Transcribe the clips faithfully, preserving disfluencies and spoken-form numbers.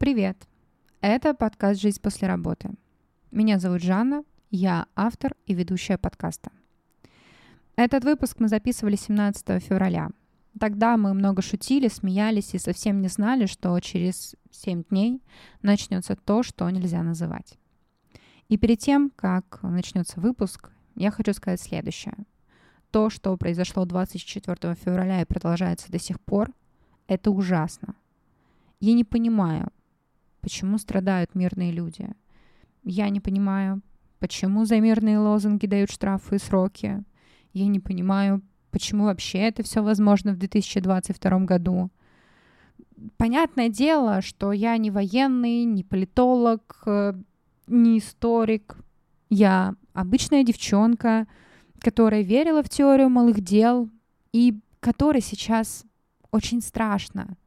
Привет! Это подкаст «Жизнь после работы». Меня зовут Жанна, я автор и ведущая подкаста. Этот выпуск мы записывали семнадцатого февраля. Тогда мы много шутили, смеялись и совсем не знали, что через семь дней начнется то, что нельзя называть. И перед тем, как начнется выпуск, я хочу сказать следующее. То, что произошло двадцать четвёртого февраля и продолжается до сих пор, это ужасно. Я не понимаю, почему страдают мирные люди. Я не понимаю, почему за мирные лозунги дают штрафы и сроки. Я не понимаю, почему вообще это все возможно в две тысячи двадцать втором году. Понятное дело, что я не военный, не политолог, не историк. Я обычная девчонка, которая верила в теорию малых дел и которой сейчас очень страшно.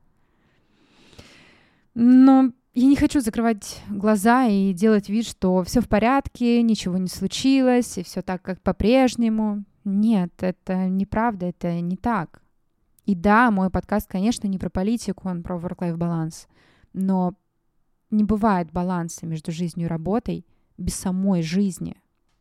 Но я не хочу закрывать глаза и делать вид, что все в порядке, ничего не случилось, и все так, как по-прежнему. Нет, это неправда, это не так. И да, мой подкаст, конечно, не про политику, он про work-life balance. Но не бывает баланса между жизнью и работой без самой жизни.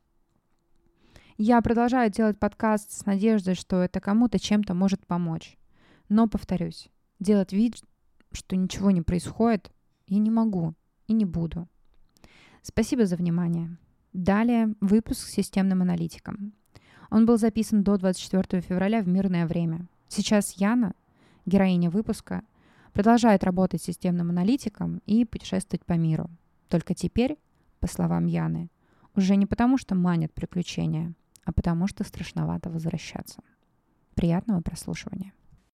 Я продолжаю делать подкаст с надеждой, что это кому-то чем-то может помочь. Но, повторюсь, делать вид, что ничего не происходит, я не могу и не буду. Спасибо за внимание. Далее выпуск с системным аналитиком. Он был записан до двадцать четвёртого февраля в мирное время. Сейчас Яна, героиня выпуска, продолжает работать системным аналитиком и путешествовать по миру. Только теперь, по словам Яны, уже не потому, что манят приключения, а потому, что страшновато возвращаться. Приятного прослушивания.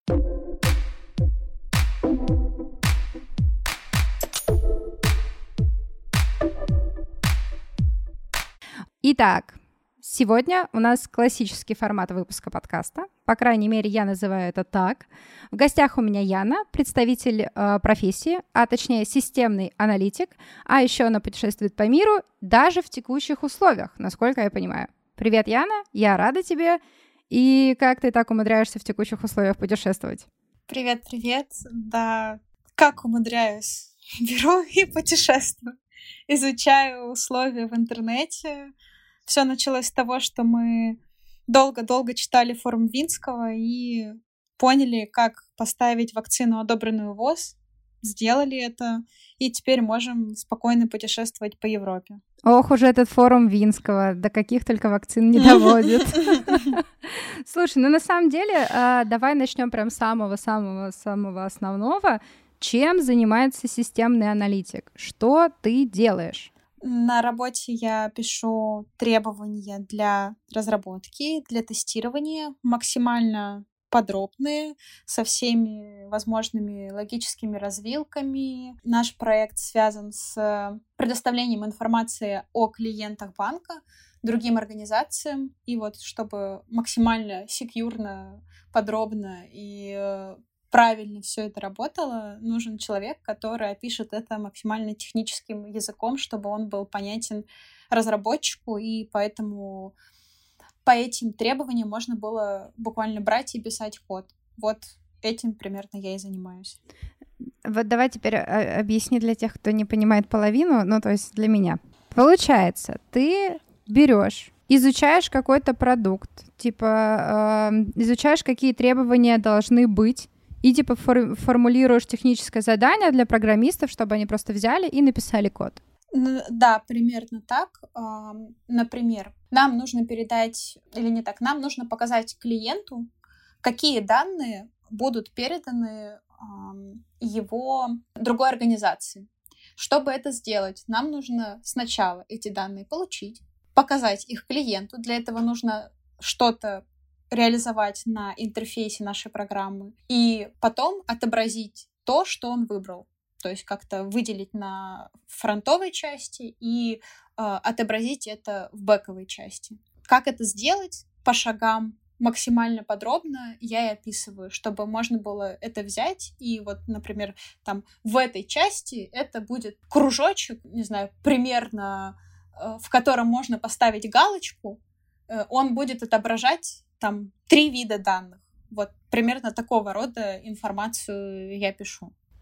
Итак, сегодня у нас классический формат выпуска подкаста. По крайней мере, я называю это так. В гостях у меня Яна, представитель э, профессии, а точнее системный аналитик, а еще она путешествует по миру даже в текущих условиях, насколько я понимаю. Привет, Яна, я рада тебе. И как ты так умудряешься в текущих условиях путешествовать? Привет-привет. Да, как умудряюсь? Беру и путешествую. Изучаю условия в интернете. Все началось с того, что мы долго-долго читали форум Винского и поняли, как поставить вакцину, одобренную ВОЗ. Сделали это, и теперь можем спокойно путешествовать по Европе. Ох уж этот форум Винского, до каких только вакцин не доводит. Слушай, ну на самом деле, давай начнем прям с самого-самого-самого основного. Чем занимается системный аналитик? Что ты делаешь? На работе я пишу требования для разработки, для тестирования, максимально подробные, со всеми возможными логическими развилками. Наш проект связан с предоставлением информации о клиентах банка другим организациям. И вот чтобы максимально секьюрно, подробно и правильно все это работало, нужен человек, который опишет это максимально техническим языком, чтобы он был понятен разработчику, и поэтому по этим требованиям можно было буквально брать и писать код. Вот этим примерно я и занимаюсь. Вот давай теперь объясни для тех, кто не понимает половину, ну то есть для меня. Получается, ты берешь, изучаешь какой-то продукт, типа э, изучаешь, какие требования должны быть, и типа фор- формулируешь техническое задание для программистов, чтобы они просто взяли и написали код. Да, примерно так. Например, нам нужно передать, или не так, нам нужно показать клиенту, какие данные будут переданы его другой организации. Чтобы это сделать, нам нужно сначала эти данные получить, показать их клиенту. Для этого нужно что-то реализовать на интерфейсе нашей программы и потом отобразить то, что он выбрал. То есть как-то выделить на фронтовой части и э, отобразить это в бэковой части. Как это сделать по шагам максимально подробно я и описываю, чтобы можно было это взять и вот, например, там в этой части это будет кружочек, не знаю, примерно, э, в котором можно поставить галочку, э, он будет отображать там три вида данных. Вот примерно такого рода информацию я пишу.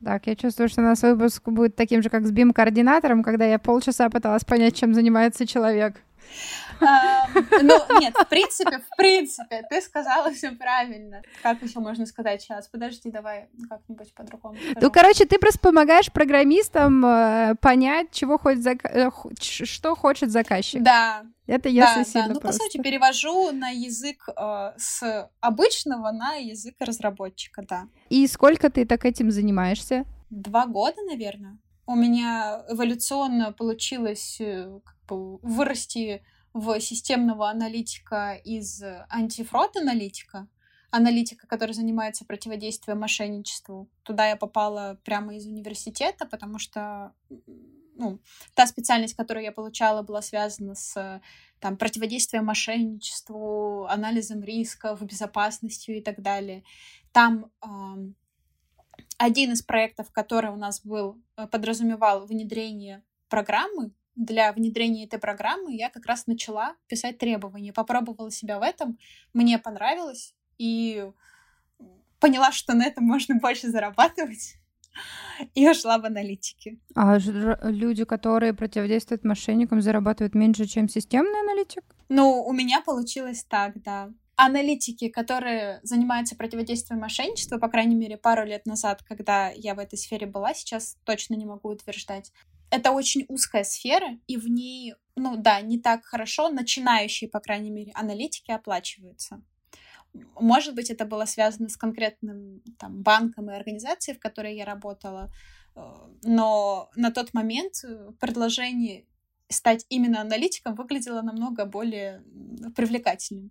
Так, я чувствую, что у нас выпуск будет таким же, как с би эм-координатором, когда я полчаса пыталась понять, чем занимается человек. Ну, нет, в принципе, в принципе, ты сказала все правильно. Как еще можно сказать сейчас? Подожди, давай как-нибудь по-другому скажу. Ну, короче, ты просто помогаешь программистам э, понять, чего хочет зак... э, что хочет заказчик. Да. Это если да, сильно да. Ну, просто. по сути, перевожу на язык э, с обычного на язык разработчика, да. И сколько ты так этим занимаешься? Два года, наверное. У меня эволюционно получилось как бы вырасти в системного аналитика из антифрод-аналитика, аналитика, который занимается противодействием мошенничеству. Туда я попала прямо из университета, потому что ну, та специальность, которую я получала, была связана с там, противодействием мошенничеству, анализом рисков, безопасностью и так далее. Там э, один из проектов, который у нас был, подразумевал внедрение программы. Для внедрения этой программы я как раз начала писать требования, попробовала себя в этом, мне понравилось, и поняла, что на этом можно больше зарабатывать, и ушла в аналитике. А люди, которые противодействуют мошенникам, зарабатывают меньше, чем системный аналитик? Ну, у меня получилось так, да. Аналитики, которые занимаются противодействием мошенничеству, по крайней мере, пару лет назад, когда я в этой сфере была, сейчас точно не могу утверждать, это очень узкая сфера, и в ней, ну да, не так хорошо начинающие, по крайней мере, аналитики оплачиваются. Может быть, это было связано с конкретным там, банком и организацией, в которой я работала, но на тот момент предложение стать именно аналитиком выглядело намного более привлекательным.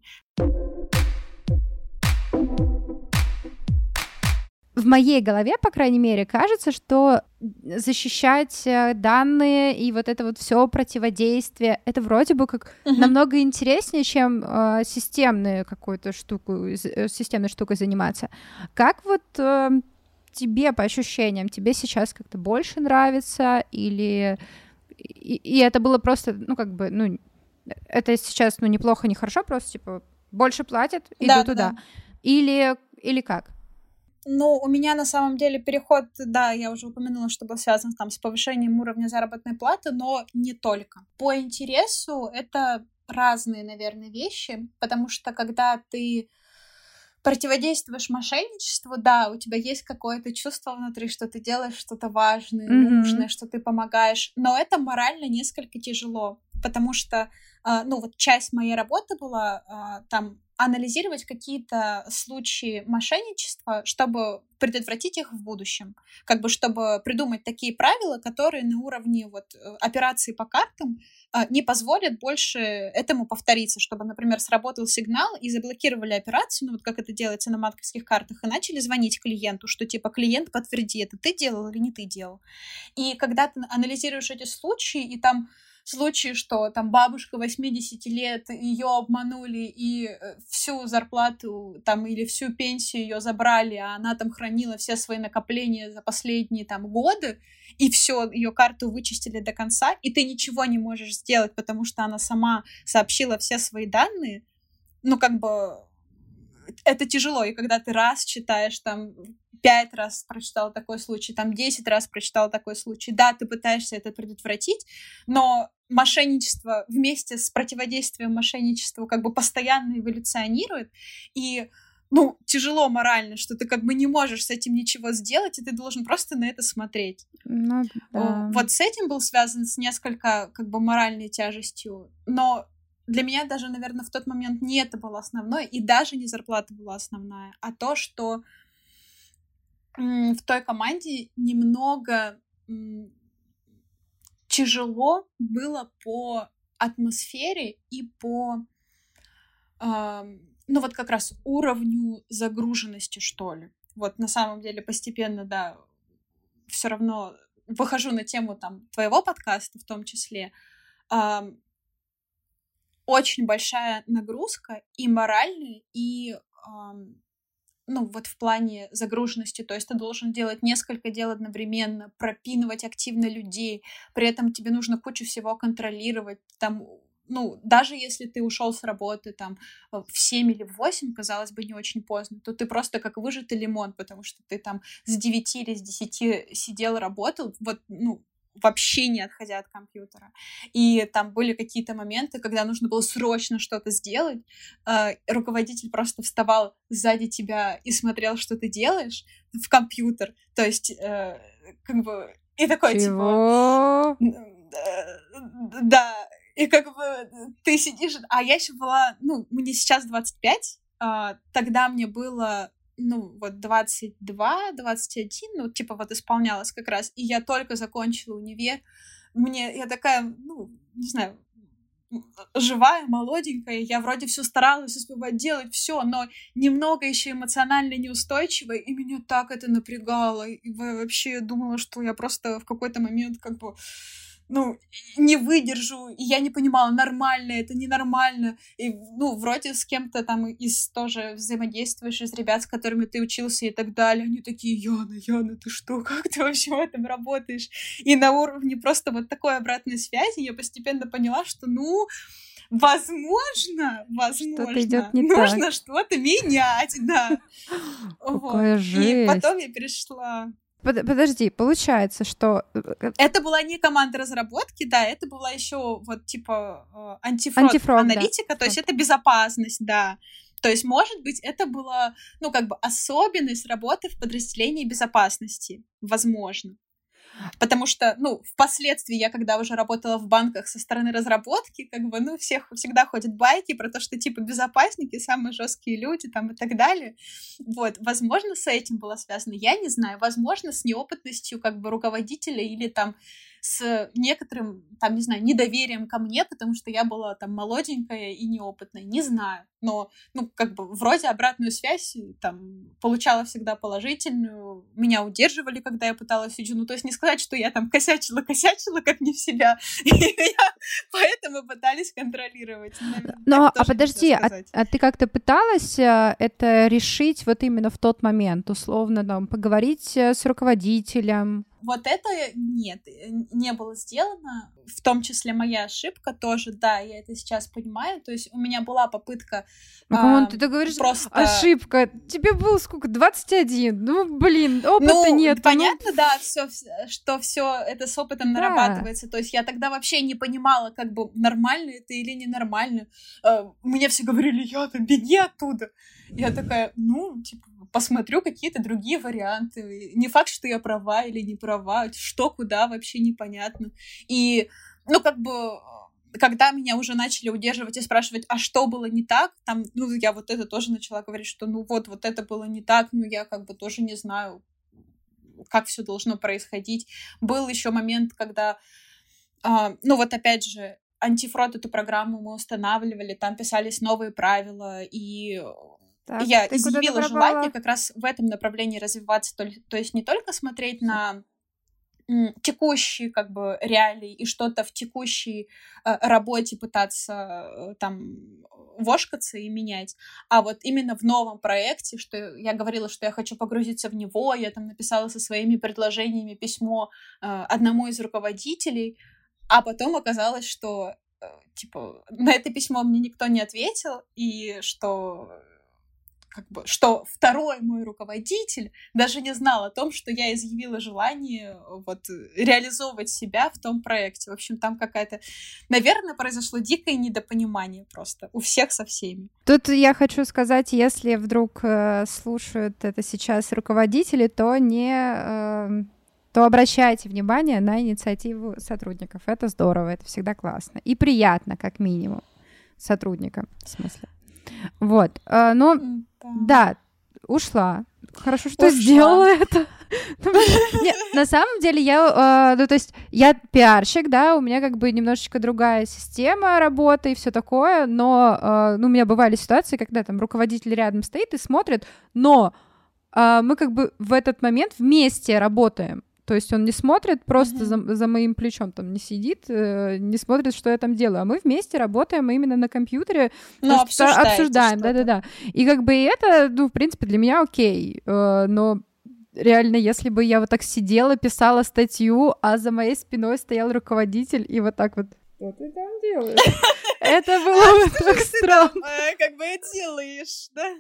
В моей голове, по крайней мере, кажется, что защищать данные и вот это вот все противодействие, это вроде бы как uh-huh. намного интереснее, чем э, системную какую-то штуку, э, системной штукой заниматься. Как вот э, тебе по ощущениям, тебе сейчас как-то больше нравится или... И, и это было просто, ну, как бы, ну, это сейчас, ну, неплохо, не хорошо, просто, типа, больше платят, иду да, туда. Да. Или, или как? Ну, у меня на самом деле переход, да, я уже упомянула, что был связан там с повышением уровня заработной платы, но не только. По интересу это разные, наверное, вещи, потому что когда ты противодействуешь мошенничеству, да, у тебя есть какое-то чувство внутри, что ты делаешь что-то важное, mm-hmm. нужное, что ты помогаешь, но это морально несколько тяжело, потому что, э, ну, вот часть моей работы была э, там анализировать какие-то случаи мошенничества, чтобы предотвратить их в будущем, как бы чтобы придумать такие правила, которые на уровне вот операций по картам не позволят больше этому повториться, чтобы, например, сработал сигнал и заблокировали операцию, ну вот как это делается на банковских картах, и начали звонить клиенту, что типа клиент, подтверди, это ты делал или не ты делал. И когда ты анализируешь эти случаи, и там случаи, что там бабушка восемьдесят лет, ее обманули и всю зарплату там или всю пенсию ее забрали, а она там хранила все свои накопления за последние там годы, и все, ее карту вычистили до конца, и ты ничего не можешь сделать, потому что она сама сообщила все свои данные, ну как бы это тяжело, и когда ты раз читаешь там пять раз прочитал такой случай, там десять раз прочитал такой случай. Да, ты пытаешься это предотвратить, но мошенничество вместе с противодействием мошенничеству как бы постоянно эволюционирует, и ну, тяжело морально, что ты как бы не можешь с этим ничего сделать, и ты должен просто на это смотреть. Ну, да. Вот с этим был связан с несколько как бы моральной тяжестью, но для меня даже, наверное, в тот момент не это было основное, и даже не зарплата была основная, а то, что м, в той команде немного м, тяжело было по атмосфере и по, э, ну вот как раз уровню загруженности, что ли. Вот на самом деле постепенно, да, все равно выхожу на тему там твоего подкаста в том числе. Э, очень большая нагрузка и моральная, и э, ну, вот в плане загруженности, то есть ты должен делать несколько дел одновременно, пропинывать активно людей, при этом тебе нужно кучу всего контролировать, там ну, даже если ты ушел с работы там в семь или в восемь, казалось бы, не очень поздно, то ты просто как выжатый лимон, потому что ты там с девяти или с десяти сидел, работал, вот, ну, вообще не отходя от компьютера. И там были какие-то моменты, когда нужно было срочно что-то сделать. Э, руководитель просто вставал сзади тебя и смотрел, что ты делаешь, в компьютер. То есть, э, как бы... И такой, Чего? типа... Да, и как бы ты сидишь... А я еще была... Ну, мне сейчас двадцать пять, э, тогда мне было... ну, вот двадцать два двадцать один, ну, типа вот исполнялось как раз, и я только закончила универ, мне, я такая, ну, не знаю, живая, молоденькая, я вроде все старалась успевать делать, все, но немного еще эмоционально неустойчивая, и меня так это напрягало, и вообще думала, что я просто в какой-то момент как бы ну, не выдержу, и я не понимала, нормально это, ненормально, и, ну, вроде с кем-то там из тоже взаимодействуешь, из ребят, с которыми ты учился и так далее, они такие, Яна, Яна, ты что, как ты вообще в этом работаешь? И на уровне просто вот такой обратной связи я постепенно поняла, что, ну, возможно, возможно, что-то идет не нужно так. что-то менять, да. Какая вот. жесть. И потом я перешла... Подожди, получается, что... Это была не команда разработки, да, это была еще вот типа антифрод-аналитика, да. То есть это безопасность, да. То есть, может быть, это была, ну, как бы особенность работы в подразделении безопасности, возможно. Потому что, ну, впоследствии я, когда уже работала в банках со стороны разработки, как бы, ну, всех всегда ходят байки про то, что, типа, безопасники, самые жесткие люди, там, и так далее. Вот, возможно, с этим было связано, я не знаю, возможно, с неопытностью, как бы, руководителя или, там, с некоторым, там, не знаю, недоверием ко мне, потому что я была, там, молоденькая и неопытная, не знаю. Но, ну, как бы, вроде обратную связь, там, получала всегда положительную, меня удерживали, когда я пыталась уйти, ну, то есть не сказать, что я там косячила-косячила, как не в себя, и меня поэтому пытались контролировать. Ну, а подожди, а, а ты как-то пыталась это решить вот именно в тот момент, условно, там, поговорить с руководителем? Вот это нет, не было сделано, в том числе моя ошибка тоже, да, я это сейчас понимаю, то есть у меня была попытка... Ну, а, ты говоришь, просто... ошибка, тебе было сколько, двадцать один, ну, блин, опыта ну, нет. Понятно, ну... да, всё, что все это с опытом да. нарабатывается, то есть я тогда вообще не понимала, как бы нормально это или ненормально, мне все говорили, я там, беги оттуда, я такая, ну, типа, посмотрю какие-то другие варианты. Не факт, что я права или не права, что, куда, вообще непонятно. И, ну, как бы, когда меня уже начали удерживать и спрашивать, а что было не так, там, ну, я вот это тоже начала говорить, что, ну, вот, вот это было не так, ну, я как бы тоже не знаю, как все должно происходить. Был еще момент, когда, э, ну, вот опять же, антифрод эту программу мы устанавливали, там писались новые правила, и... Так, я изъявила желание как раз в этом направлении развиваться, то, то есть не только смотреть на м, текущие как бы реалии и что-то в текущей э, работе пытаться э, там вошкаться и менять, а вот именно в новом проекте, что я говорила, что я хочу погрузиться в него, я там написала со своими предложениями письмо э, одному из руководителей, а потом оказалось, что э, типа на это письмо мне никто не ответил, и что... как бы, что второй мой руководитель даже не знал о том, что я изъявила желание вот реализовывать себя в том проекте. В общем, там какая-то... Наверное, произошло дикое недопонимание просто у всех со всеми. Тут я хочу сказать, если вдруг э, слушают это сейчас руководители, то не... Э... то обращайте внимание на инициативу сотрудников. Это здорово, это всегда классно. И приятно, как минимум, сотрудникам, в смысле. Вот, э, но... Да. да, ушла. Хорошо, что ушла. Сделала это. Нет, на самом деле я, ну то есть я пиарщик, да, у меня как бы немножечко другая система работы и все такое, но ну, у меня бывали ситуации, когда там руководитель рядом стоит и смотрит, но мы как бы в этот момент вместе работаем. То есть он не смотрит просто mm-hmm. за, за моим плечом, там не сидит, э, не смотрит, что я там делаю. А мы вместе работаем именно на компьютере, ну, обсуждаем, да-да-да. И как бы это, ну, в принципе, для меня окей. Э, но реально, если бы я вот так сидела, писала статью, а за моей спиной стоял руководитель и вот так вот Что ты там делаешь? Это было так странно. Как бы делаешь, да?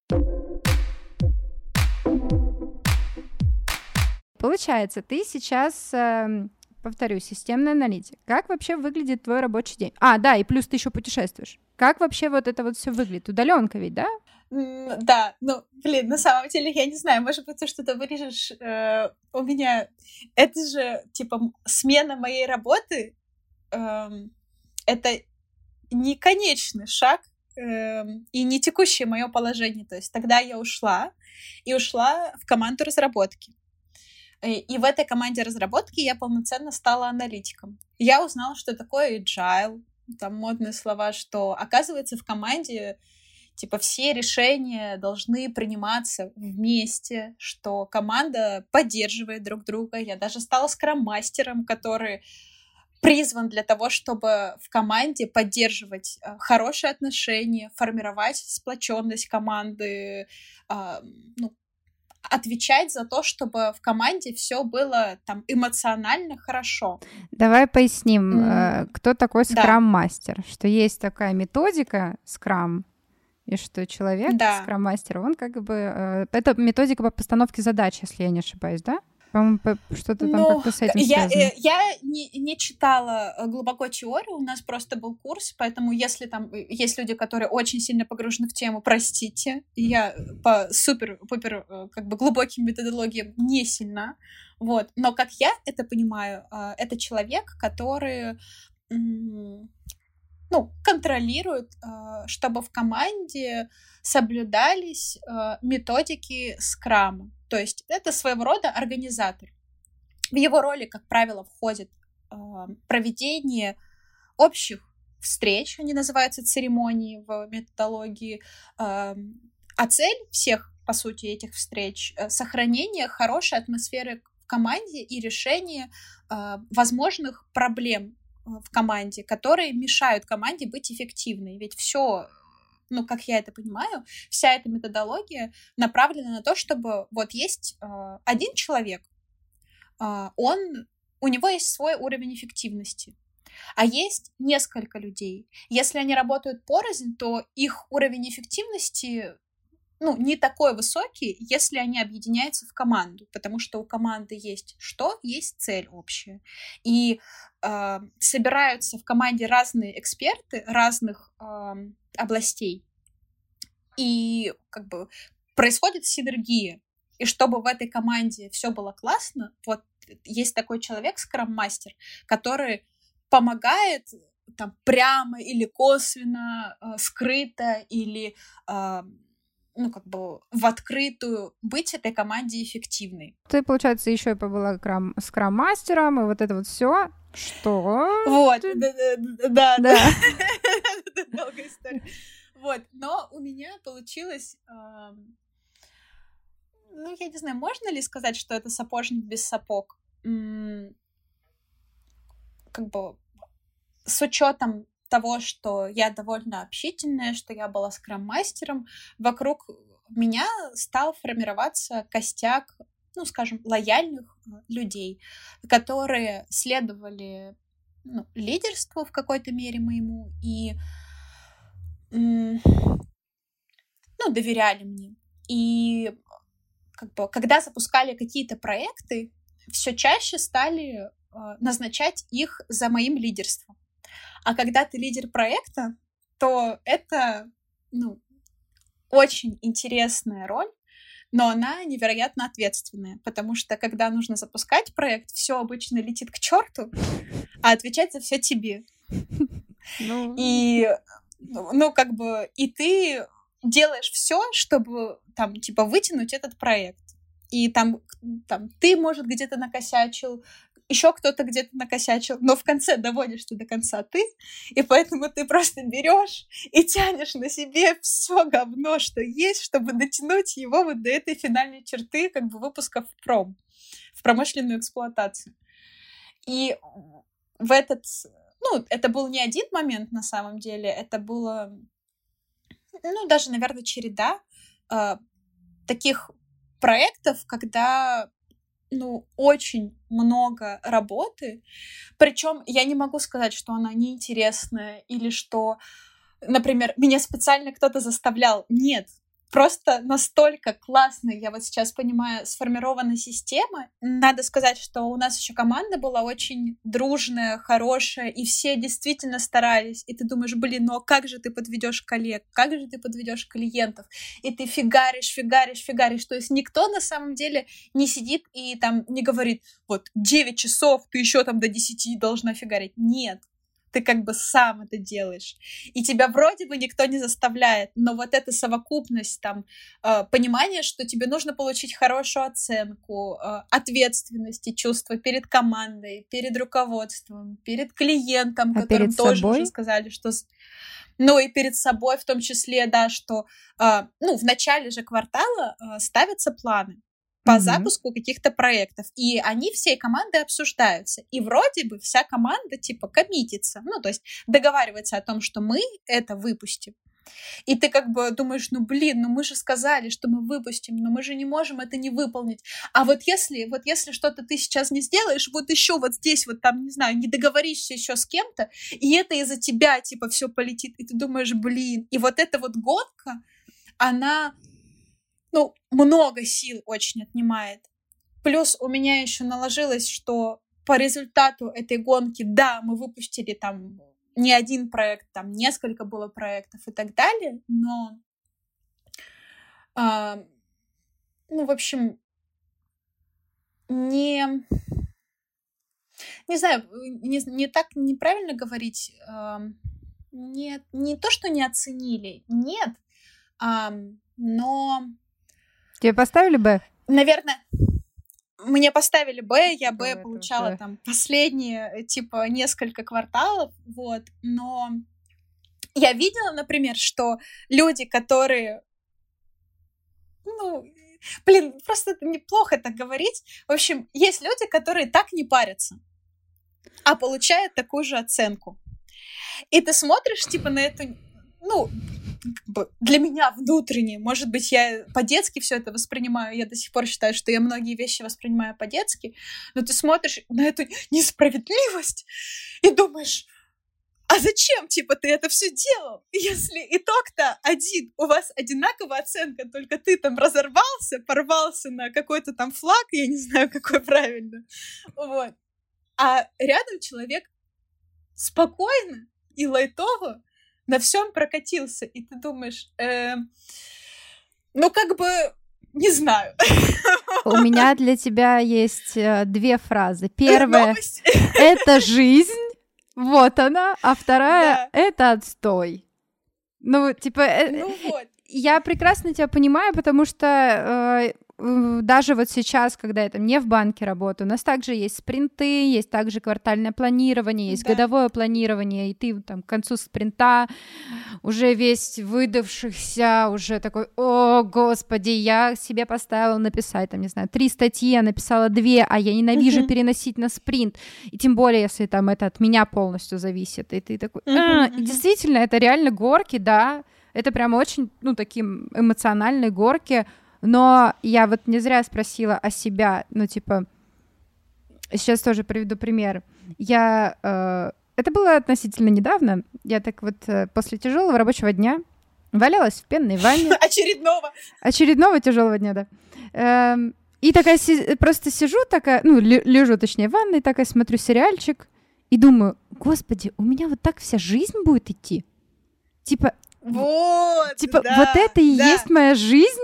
Получается, ты сейчас, э, повторю, системный аналитик. Как вообще выглядит твой рабочий день? А, да, и плюс ты еще путешествуешь. Как вообще вот это вот все выглядит? Удаленка ведь, да? Mm, да, ну, блин, на самом деле, я не знаю, может быть, ты что-то вырежешь. Э, у меня это же, типа, смена моей работы. Э, это не конечный шаг э, и не текущее мое положение. То есть тогда я ушла, и ушла в команду разработки. И в этой команде разработки я полноценно стала аналитиком. Я узнала, что такое agile, там модные слова, что, оказывается, в команде типа все решения должны приниматься вместе, что команда поддерживает друг друга. Я даже стала скрам-мастером, который призван для того, чтобы в команде поддерживать э, хорошие отношения, формировать сплоченность команды, э, ну, отвечать за то, чтобы в команде все было там эмоционально хорошо. Давай поясним, mm. кто такой скрам-мастер, да. Что есть такая методика скрам, и что человек, да. скрам-мастер, он как бы... Это методика по постановке задач, если я не ошибаюсь, да? По-моему, что-то там ну, как-то с этим я, связано. Я не, не читала глубоко теорию, у нас просто был курс, поэтому если там есть люди, которые очень сильно погружены в тему, простите, я по супер-пупер как бы глубоким методологиям не сильна, вот. Но как я это понимаю, это человек, который... ну, контролирует, чтобы в команде соблюдались методики скрама. То есть это своего рода организатор. В его роли, как правило, входит проведение общих встреч, они называются церемонии в методологии, а цель всех, по сути, этих встреч — сохранение хорошей атмосферы в команде и решение возможных проблем в команде, которые мешают команде быть эффективной. Ведь все, ну, как я это понимаю, вся эта методология направлена на то, чтобы вот есть э, один человек, э, он, у него есть свой уровень эффективности, а есть несколько людей. Если они работают порознь, то их уровень эффективности, ну, не такой высокий, если они объединяются в команду, потому что у команды есть что? Есть цель общая. И э, собираются в команде разные эксперты разных э, областей, и как бы происходит синергия. И чтобы в этой команде все было классно, вот есть такой человек, скрам-мастер, который помогает там прямо или косвенно, э, скрыто или э, ну, как бы в открытую быть этой команде эффективной. Ты, получается, еще и побыла скрам-мастером, и вот это вот все. Что? Вот, да, да. Это долгая история. Вот, но у меня получилось, ну, я не знаю, можно ли сказать, что это сапожник без сапог? Как бы с учетом того, что я довольно общительная, что я была скрам-мастером, вокруг меня стал формироваться костяк, ну, скажем, лояльных людей, которые следовали, ну, лидерству в какой-то мере моему и, ну, доверяли мне. И как бы, когда запускали какие-то проекты, все чаще стали назначать их за моим лидерством. А когда ты лидер проекта, то это, ну, очень интересная роль, но она невероятно ответственная, потому что когда нужно запускать проект, все обычно летит к черту, а отвечать за все тебе. Ну... И, ну, как бы, и ты делаешь все, чтобы там, типа, вытянуть этот проект. И там, там ты, может, где-то накосячил, еще кто-то где-то накосячил, но в конце доводишь ты до конца ты, и поэтому ты просто берешь и тянешь на себе все говно, что есть, чтобы дотянуть его вот до этой финальной черты, как бы, выпуска в пром, в промышленную эксплуатацию. И в этот, ну, это был не один момент на самом деле, это было, ну, даже, наверное, череда э, таких проектов, когда ну, очень много работы. Причем я не могу сказать, что она неинтересная или что, например, меня специально кто-то заставлял. Нет. Просто настолько классно, я вот сейчас понимаю, сформирована система. Надо сказать, что у нас еще команда была очень дружная, хорошая, и все действительно старались. И ты думаешь, блин, ну а как же ты подведешь коллег, как же ты подведешь клиентов? И ты фигаришь, фигаришь, фигаришь. То есть никто на самом деле не сидит и там не говорит, вот девять часов, ты еще там до десяти должна фигарить. Нет. Ты как бы сам это делаешь. И тебя вроде бы никто не заставляет, но вот эта совокупность, там, э, понимание, что тебе нужно получить хорошую оценку, э, ответственности, чувства перед командой, перед руководством, перед клиентом, а которым перед тоже собой? уже сказали, что... Ну и перед собой в том числе, да, что э, ну, в начале же квартала э, ставятся планы по Мгм. запуску каких-то проектов, и они всей командой обсуждаются. И вроде бы вся команда типа коммитится, ну, то есть договаривается о том, что мы это выпустим. И ты как бы думаешь, ну, блин, ну мы же сказали, что мы выпустим, но мы же не можем это не выполнить. А вот если, вот если что-то ты сейчас не сделаешь, вот еще вот здесь вот там, не знаю, не договоришься еще с кем-то, и это из-за тебя типа все полетит, и ты думаешь, блин. И вот эта вот гонка, она... ну, много сил очень отнимает. Плюс у меня еще наложилось, что по результату этой гонки, да, мы выпустили там не один проект, там несколько было проектов и так далее, но, а, ну, в общем, не, не знаю, не, не так неправильно говорить, а, не, не то, что не оценили, нет, а, но... Тебе поставили Б? Наверное, мне поставили Б, я Ну, Б это получала уже- там последние, типа, несколько кварталов, вот, но я видела, например, что люди, которые, ну, блин, просто это неплохо так говорить, в общем, есть люди, которые так не парятся, а получают такую же оценку. И ты смотришь, типа, на эту, ну, как бы для меня внутренне, может быть, я по-детски все это воспринимаю, я до сих пор считаю, что я многие вещи воспринимаю по-детски, но ты смотришь на эту несправедливость и думаешь, а зачем, типа, ты это все делал, если итог-то один, у вас одинаковая оценка, только ты там разорвался, порвался на какой-то там флаг, я не знаю, какой правильно, вот, а рядом человек спокойно и лайтово на всем прокатился, и ты думаешь, э, ну, как бы, не знаю. У меня для тебя есть э, две фразы. Первая Новость. — это жизнь, вот она, а вторая — это отстой. Ну, типа, э, Ну вот. я прекрасно тебя понимаю, потому что э, э, даже вот сейчас, когда я там не в банке работаю, у нас также есть спринты, есть также квартальное планирование, есть Да. годовое планирование, и ты там к концу спринта уже весь выдавшихся, уже такой, о, господи, я себе поставила написать, там, не знаю, три статьи, я написала две, а я ненавижу Мгм. переносить на спринт, и тем более, если там это от меня полностью зависит, и ты такой, Мгм, «А». И мгм. действительно, это реально горки, да, это прям очень, ну, такие эмоциональные горки, но я вот не зря спросила о себя, ну, типа, сейчас тоже приведу пример. Я, э, это было относительно недавно, я так вот э, после тяжелого рабочего дня валялась в пенной ванне, Очередного. очередного тяжелого дня, да, Эм, и такая си- просто сижу, такая, ну, ле- лежу, точнее, в ванной, такая смотрю сериальчик, и думаю, господи, у меня вот так вся жизнь будет идти? Типа, Вот. Типа, да, вот это и да. есть моя жизнь?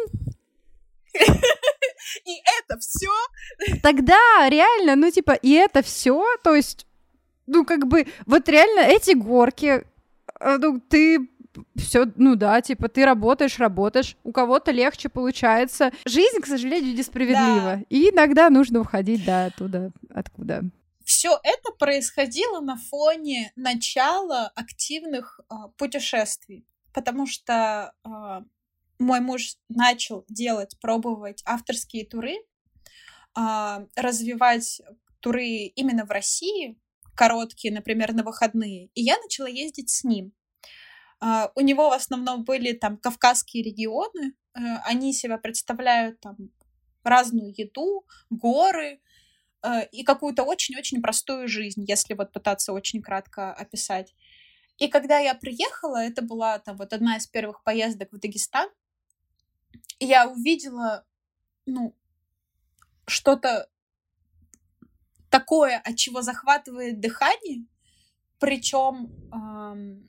И это все. Тогда реально, ну, типа, и это все, то есть, ну, как бы, вот реально эти горки, э, ну, ты все, ну да, типа, ты работаешь, работаешь, у кого-то легче получается. Жизнь, к сожалению, несправедлива. Да. И иногда нужно уходить, да, оттуда, откуда. Все это происходило на фоне начала активных а, путешествий, потому что а, мой муж начал делать, пробовать авторские туры, а, развивать туры именно в России, короткие, например, на выходные, и я начала ездить с ним. А, у него в основном были там кавказские регионы, э, они себя представляют там разную еду, горы э, и какую-то очень-очень простую жизнь, если вот пытаться очень кратко описать. И когда я приехала, это была там вот одна из первых поездок в Дагестан, и я увидела, ну, что-то такое, от чего захватывает дыхание, причем эм,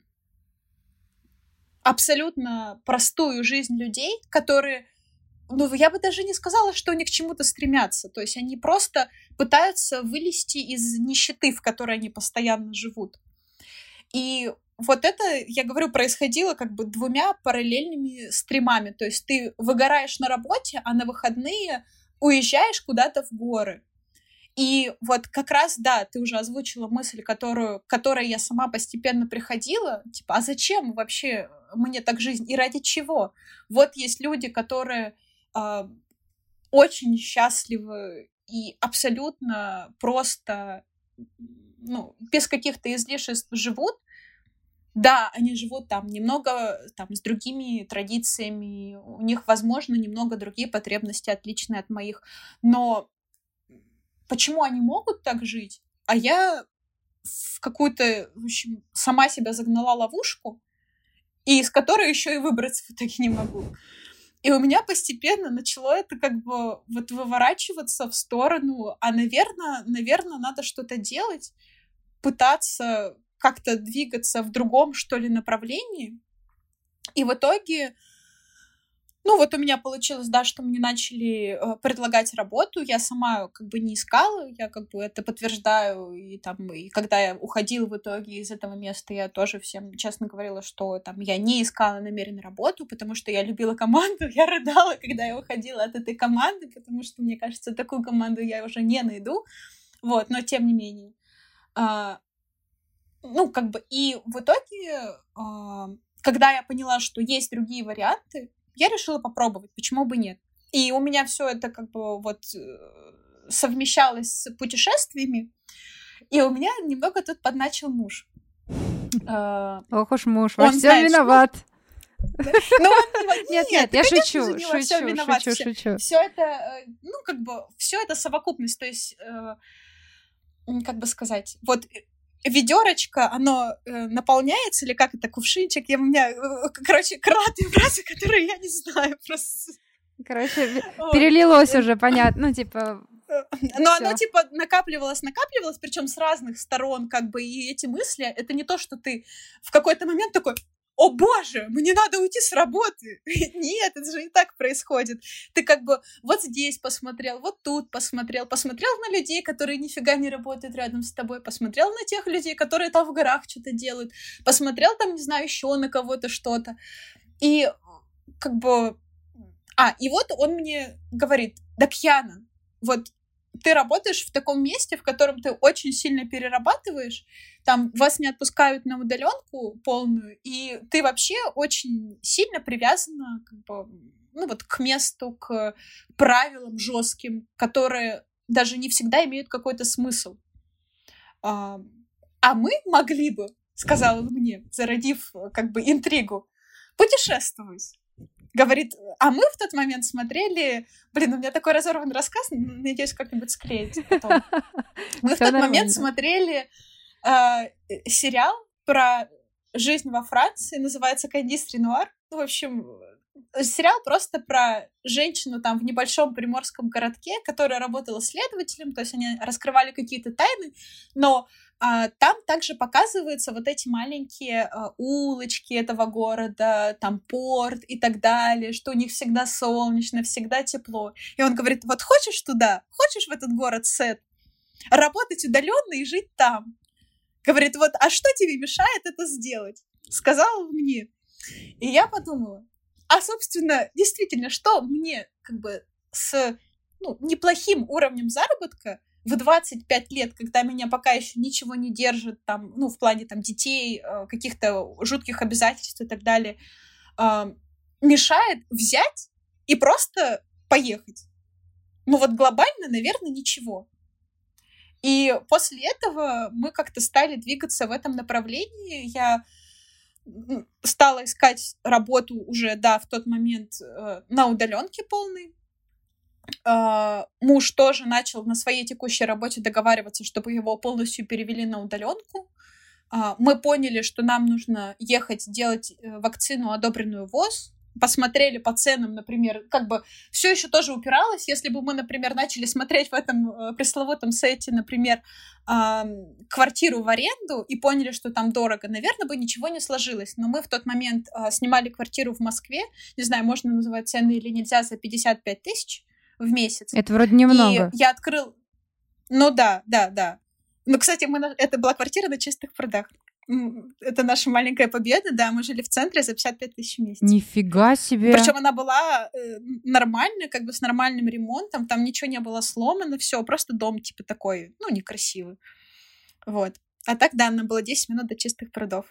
абсолютно простую жизнь людей, которые, ну, я бы даже не сказала, что они к чему-то стремятся. То есть они просто пытаются вылезти из нищеты, в которой они постоянно живут. И вот это, я говорю, происходило как бы двумя параллельными стримами. То есть ты выгораешь на работе, а на выходные уезжаешь куда-то в горы. И вот как раз, да, ты уже озвучила мысль, которую, к которой я сама постепенно приходила. Типа, а зачем вообще мне так жизнь? И ради чего? Вот есть люди, которые э, очень счастливы и абсолютно просто, ну, без каких-то излишеств живут. Да, они живут там немного там, с другими традициями, у них, возможно, немного другие потребности, отличные от моих, но почему они могут так жить, а я в какую-то, в общем, сама себя загнала ловушку, и из которой еще и выбраться в итоге не могу. И у меня постепенно начало это как бы вот выворачиваться в сторону, а, наверное, наверное, надо что-то делать, пытаться как-то двигаться в другом, что ли, направлении. И в итоге, ну вот у меня получилось, да, что мне начали э, предлагать работу, я сама как бы не искала, я как бы это подтверждаю, и там, и когда я уходила в итоге из этого места, я тоже всем честно говорила, что там я не искала намеренно работу, потому что я любила команду, я рыдала, когда я уходила от этой команды, потому что, мне кажется, такую команду я уже не найду, вот, но тем не менее. А, ну, как бы, и в итоге, а, когда я поняла, что есть другие варианты, я решила попробовать, почему бы нет. И у меня все это как бы вот совмещалось с путешествиями, и у меня немного тут подначил муж. Ох уж муж, во всем виноват. Нет, нет, я шучу, шучу, шучу, шучу. Все это, ну, как бы, все это совокупность, то есть, как бы сказать, вот ведерочко, оно э, наполняется, или как это, кувшинчик, я, у меня, э, короче, крылатые фразы, которые я не знаю, просто... Короче, перелилось уже, понятно, ну, типа... Но оно, типа, накапливалось, накапливалось, причем с разных сторон, как бы, и эти мысли, это не то, что ты в какой-то момент такой... О боже, мне надо уйти с работы. Нет, это же не так происходит. Ты как бы вот здесь посмотрел, вот тут посмотрел, посмотрел на людей, которые нифига не работают рядом с тобой, посмотрел на тех людей, которые там в горах что-то делают, посмотрел там, не знаю, еще на кого-то что-то. И как бы... А, и вот он мне говорит, да, Кьяна, вот ты работаешь в таком месте, в котором ты очень сильно перерабатываешь, там вас не отпускают на удаленку полную, и ты вообще очень сильно привязана как бы, ну, вот, к месту, к правилам жестким, которые даже не всегда имеют какой-то смысл. А, а мы могли бы, сказал он мне, зародив как бы интригу, путешествовать. Говорит, а мы в тот момент смотрели... Блин, у меня такой разорванный рассказ, надеюсь, как-нибудь склеить потом. Мы в тот момент смотрели э, сериал про жизнь во Франции, называется «Кондитри Нуар». Ну, в общем, сериал просто про женщину там в небольшом приморском городке, которая работала следователем, то есть они раскрывали какие-то тайны, но а, там также показываются вот эти маленькие а, улочки этого города, там порт и так далее, что у них всегда солнечно, всегда тепло. И он говорит, вот хочешь туда, хочешь в этот город Сет, работать удаленно и жить там? Говорит, вот, а что тебе мешает это сделать? Сказал мне. И я подумала, а, собственно, действительно, что мне как бы с ну, неплохим уровнем заработка в двадцать пять лет, когда меня пока еще ничего не держит, там, ну, в плане там, детей, каких-то жутких обязательств и так далее, мешает взять и просто поехать? Ну вот глобально, наверное, ничего. И после этого мы как-то стали двигаться в этом направлении. Я стала искать работу уже, да, в тот момент э, на удаленке полной. э, муж тоже начал на своей текущей работе договариваться, чтобы его полностью перевели на удаленку. Э, мы поняли, что нам нужно ехать делать вакцину, одобренную ВОЗ. Посмотрели по ценам, например, как бы все еще тоже упиралось. Если бы мы, например, начали смотреть в этом э, пресловутом сайте, например, э, квартиру в аренду и поняли, что там дорого, наверное, бы ничего не сложилось. Но мы в тот момент э, снимали квартиру в Москве, не знаю, можно называть цены или нельзя, за пятьдесят пять тысяч в месяц. Это вроде немного. И я открыл... Ну да, да, да. Ну, кстати, мы... это была квартира на чистых прудах. Это наша маленькая победа, да, мы жили в центре за пятьдесят пять тысяч в месяц. Нифига себе! Причем она была э, нормальная, как бы с нормальным ремонтом, там ничего не было сломано, все, просто дом типа такой, ну, некрасивый. Вот. А так, да, нам было десять минут до чистых прудов.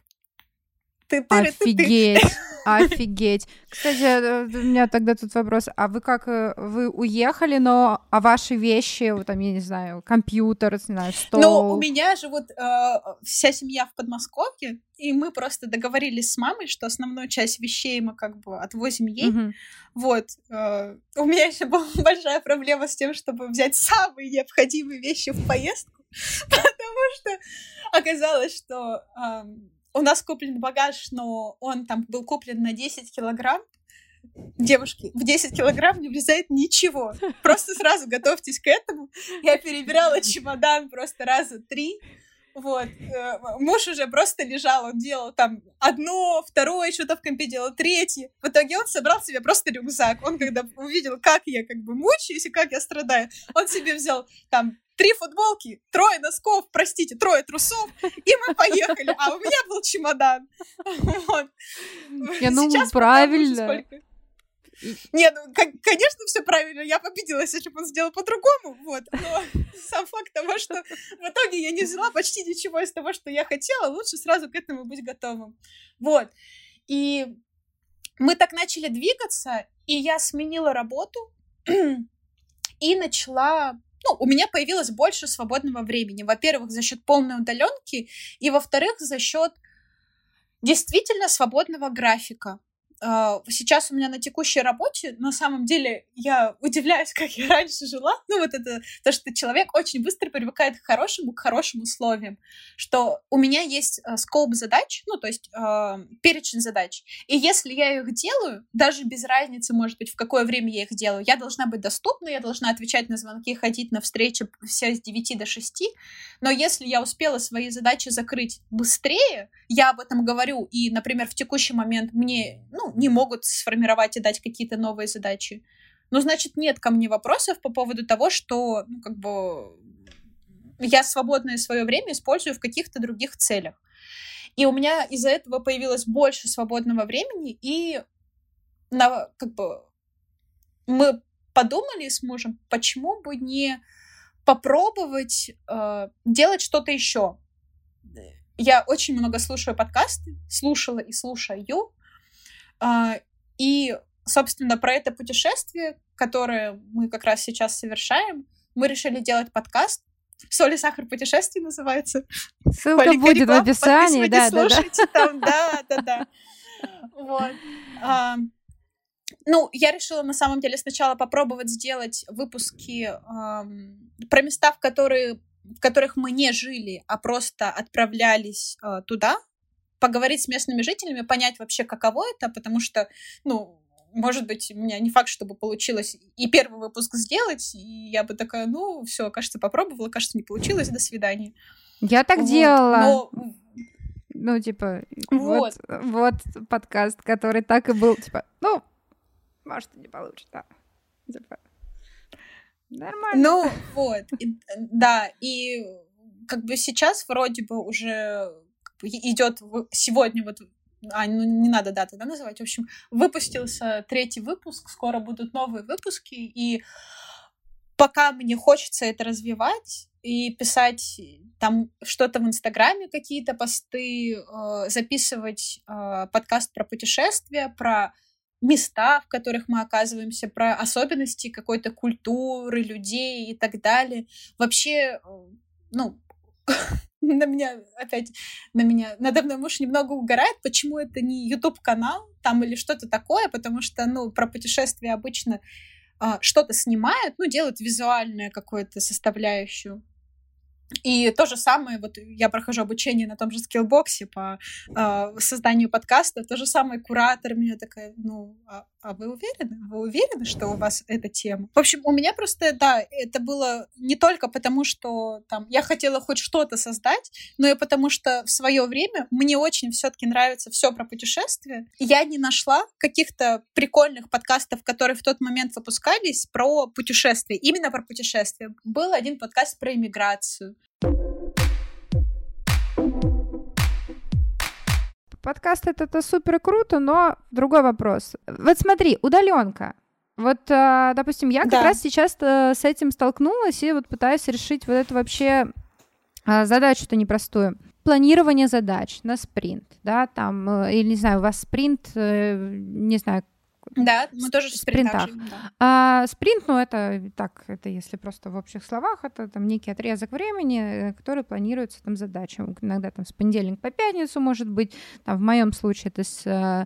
Офигеть, офигеть. Кстати, у меня тогда тут вопрос. А вы как, вы уехали, но а ваши вещи, там, я не знаю, компьютер, не знаю, стол? Ну, у меня живут э, вся семья в Подмосковье, и мы просто договорились с мамой, что основную часть вещей мы как бы отвозим ей. Угу. Вот. Э, у меня еще была большая проблема с тем, чтобы взять самые необходимые вещи в поездку, потому что оказалось, что... Э, у нас куплен багаж, но он там был куплен на десять килограмм. Девушки, в десять килограмм не влезает ничего. Просто сразу готовьтесь к этому. Я перебирала чемодан просто раза три. Вот. Муж уже просто лежал, он делал там одно, второе, что-то в компе делал, третье. В итоге он собрал себе просто рюкзак. Он когда увидел, как я как бы мучаюсь и как я страдаю, он себе взял там три футболки, трое носков, простите, трое трусов, и мы поехали. А у меня был чемодан. Вот. Я ну, правильно. Не, ну, конечно, все правильно, я победила, если бы он сделал по-другому, вот, но сам факт того, что в итоге я не взяла почти ничего из того, что я хотела, лучше сразу к этому быть готовым. Вот. И мы так начали двигаться, и я сменила работу и начала... Ну, у меня появилось больше свободного времени. Во-первых, за счет полной удаленки, и во-вторых, за счет действительно свободного графика. Сейчас у меня на текущей работе, на самом деле, я удивляюсь, как я раньше жила. Ну, вот это то, что человек очень быстро привыкает к хорошему, к хорошим условиям. Что у меня есть скоп задач, ну, то есть э, перечень задач. И если я их делаю, даже без разницы, может быть, в какое время я их делаю, я должна быть доступна, я должна отвечать на звонки, ходить на встречи все с девяти до шести. Но если я успела свои задачи закрыть быстрее, я об этом говорю, и, например, в текущий момент мне, ну, не могут сформировать и дать какие-то новые задачи, ну, значит, нет ко мне вопросов по поводу того, что, ну, как бы, я свободное свое время использую в каких-то других целях. И у меня из-за этого появилось больше свободного времени, и, на, как бы, мы подумали с мужем, почему бы не попробовать э, делать что-то еще. Я очень много слушаю подкасты, слушала и слушаю, и, собственно, про это путешествие, которое мы как раз сейчас совершаем, мы решили делать подкаст. «Соль и сахар путешествий» называется. Ссылка Полика будет реклам. В описании, да, слушайте, да, там, да, да, да. Вот. А, ну, я решила, на самом деле, сначала попробовать сделать выпуски а, про места, в которые в которых мы не жили, а просто отправлялись э, туда, поговорить с местными жителями, понять вообще, каково это, потому что, ну, может быть, у меня не факт, чтобы получилось и первый выпуск сделать, и я бы такая, ну, все, кажется, попробовала, кажется, не получилось, до свидания. Я так вот. делала. Но... Ну, типа, вот. Вот, вот подкаст, который так и был, типа, ну, может, и не получится, типа... Нормально. Ну, вот, и, да, и как бы сейчас вроде бы уже идет сегодня вот, а, ну не надо даты, да, называть, в общем, выпустился третий выпуск, скоро будут новые выпуски, и пока мне хочется это развивать и писать там что-то в Инстаграме, какие-то посты, э, записывать э, подкаст про путешествия, про места, в которых мы оказываемся, про особенности какой-то культуры, людей и так далее. Вообще, ну, на меня опять, на меня, надо мной муж немного угорает, почему это не YouTube-канал там или что-то такое, потому что, ну, про путешествия обычно что-то снимают, ну, делают визуальную какую-то составляющую. И то же самое, вот я прохожу обучение на том же скиллбоксе по э, созданию подкаста, то же самое куратор меня такая, ну, а, а вы уверены? Вы уверены, что у вас эта тема? В общем, у меня просто, да, это было не только потому, что там я хотела хоть что-то создать, но и потому, что в свое время мне очень все-таки нравится все про путешествия. Я не нашла каких-то прикольных подкастов, которые в тот момент выпускались про путешествия, именно про путешествия. Был один подкаст про иммиграцию. Подкаст это, это супер круто, но другой вопрос. Вот смотри, удаленка. Вот, допустим, я как да. раз сейчас с этим столкнулась и вот пытаюсь решить вот эту вообще задачу-то непростую. Планирование задач на спринт, да, там, или, не знаю, у вас спринт, не знаю, да, мы тоже в спринтах. Да. А, спринт, ну, это так, это если просто в общих словах, это там некий отрезок времени, который планируется там задачам. Иногда там с понедельника по пятницу, может быть, там в моем случае это с,